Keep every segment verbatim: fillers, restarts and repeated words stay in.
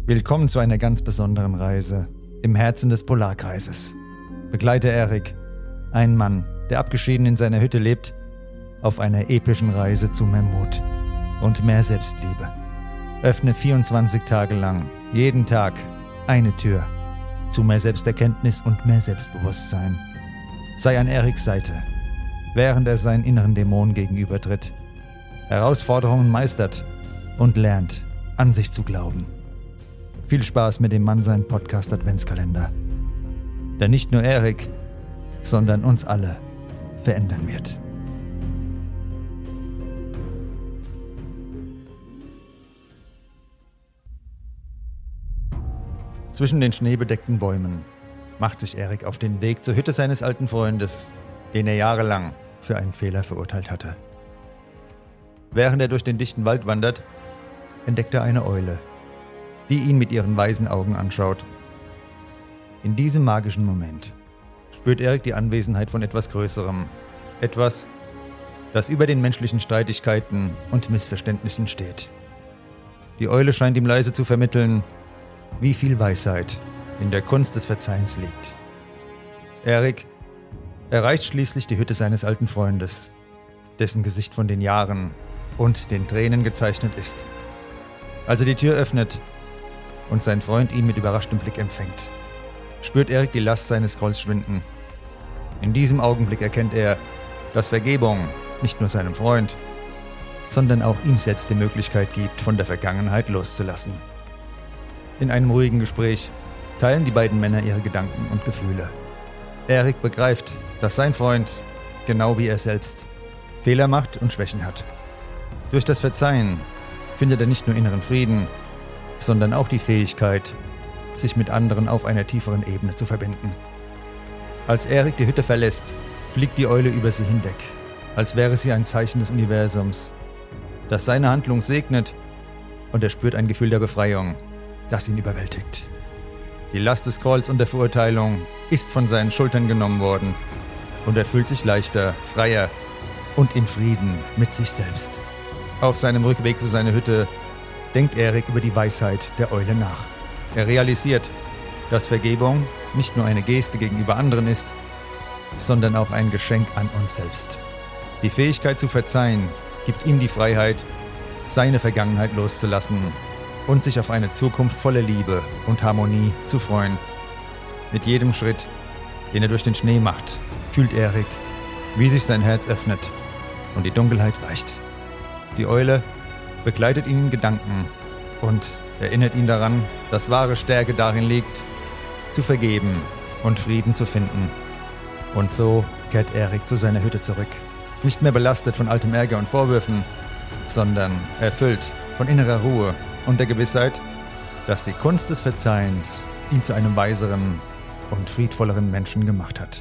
Willkommen zu einer ganz besonderen Reise im Herzen des Polarkreises. Begleite Erik, einen Mann, der abgeschieden in seiner Hütte lebt, auf einer epischen Reise zu mehr Mut und mehr Selbstliebe. Öffne vierundzwanzig Tage lang, jeden Tag, eine Tür zu mehr Selbsterkenntnis und mehr Selbstbewusstsein. Sei an Eriks Seite, während er seinen inneren Dämonen gegenübertritt, Herausforderungen meistert und lernt, an sich zu glauben. Viel Spaß mit dem Mannsein Podcast Adventskalender, der nicht nur Erik, sondern uns alle verändern wird. Zwischen den schneebedeckten Bäumen macht sich Erik auf den Weg zur Hütte seines alten Freundes, den er jahrelang für einen Fehler verurteilt hatte. Während er durch den dichten Wald wandert, entdeckt er eine Eule, die ihn mit ihren weisen Augen anschaut. In diesem magischen Moment spürt Erik die Anwesenheit von etwas Größerem, etwas, das über den menschlichen Streitigkeiten und Missverständnissen steht. Die Eule scheint ihm leise zu vermitteln, wie viel Weisheit in der Kunst des Verzeihens liegt. Erik erreicht schließlich die Hütte seines alten Freundes, dessen Gesicht von den Jahren und den Tränen gezeichnet ist. Als er die Tür öffnet und sein Freund ihn mit überraschtem Blick empfängt, spürt Erik die Last seines Grolls schwinden. In diesem Augenblick erkennt er, dass Vergebung nicht nur seinem Freund, sondern auch ihm selbst die Möglichkeit gibt, von der Vergangenheit loszulassen. In einem ruhigen Gespräch teilen die beiden Männer ihre Gedanken und Gefühle. Erik begreift, dass sein Freund, genau wie er selbst, Fehler macht und Schwächen hat. Durch das Verzeihen findet er nicht nur inneren Frieden, sondern auch die Fähigkeit, sich mit anderen auf einer tieferen Ebene zu verbinden. Als Erik die Hütte verlässt, fliegt die Eule über sie hinweg, als wäre sie ein Zeichen des Universums, das seine Handlung segnet, und er spürt ein Gefühl der Befreiung, das ihn überwältigt. Die Last des Grolls und der Verurteilung ist von seinen Schultern genommen worden und er fühlt sich leichter, freier und in Frieden mit sich selbst. Auf seinem Rückweg zu seiner Hütte denkt Erik über die Weisheit der Eule nach. Er realisiert, dass Vergebung nicht nur eine Geste gegenüber anderen ist, sondern auch ein Geschenk an uns selbst. Die Fähigkeit zu verzeihen gibt ihm die Freiheit, seine Vergangenheit loszulassen und sich auf eine Zukunft voller Liebe und Harmonie zu freuen. Mit jedem Schritt, den er durch den Schnee macht, fühlt Erik, wie sich sein Herz öffnet und die Dunkelheit weicht. Die Eule begleitet ihn in Gedanken und erinnert ihn daran, dass wahre Stärke darin liegt, zu vergeben und Frieden zu finden. Und so kehrt Erik zu seiner Hütte zurück. Nicht mehr belastet von altem Ärger und Vorwürfen, sondern erfüllt von innerer Ruhe und der Gewissheit, dass die Kunst des Verzeihens ihn zu einem weiseren und friedvolleren Menschen gemacht hat.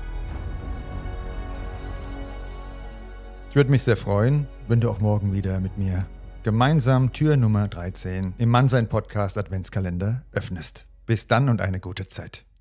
Ich würde mich sehr freuen, wenn du auch morgen wieder mit mir gemeinsam Tür Nummer dreizehn im Mannsein Podcast Adventskalender öffnest. Bis dann und eine gute Zeit.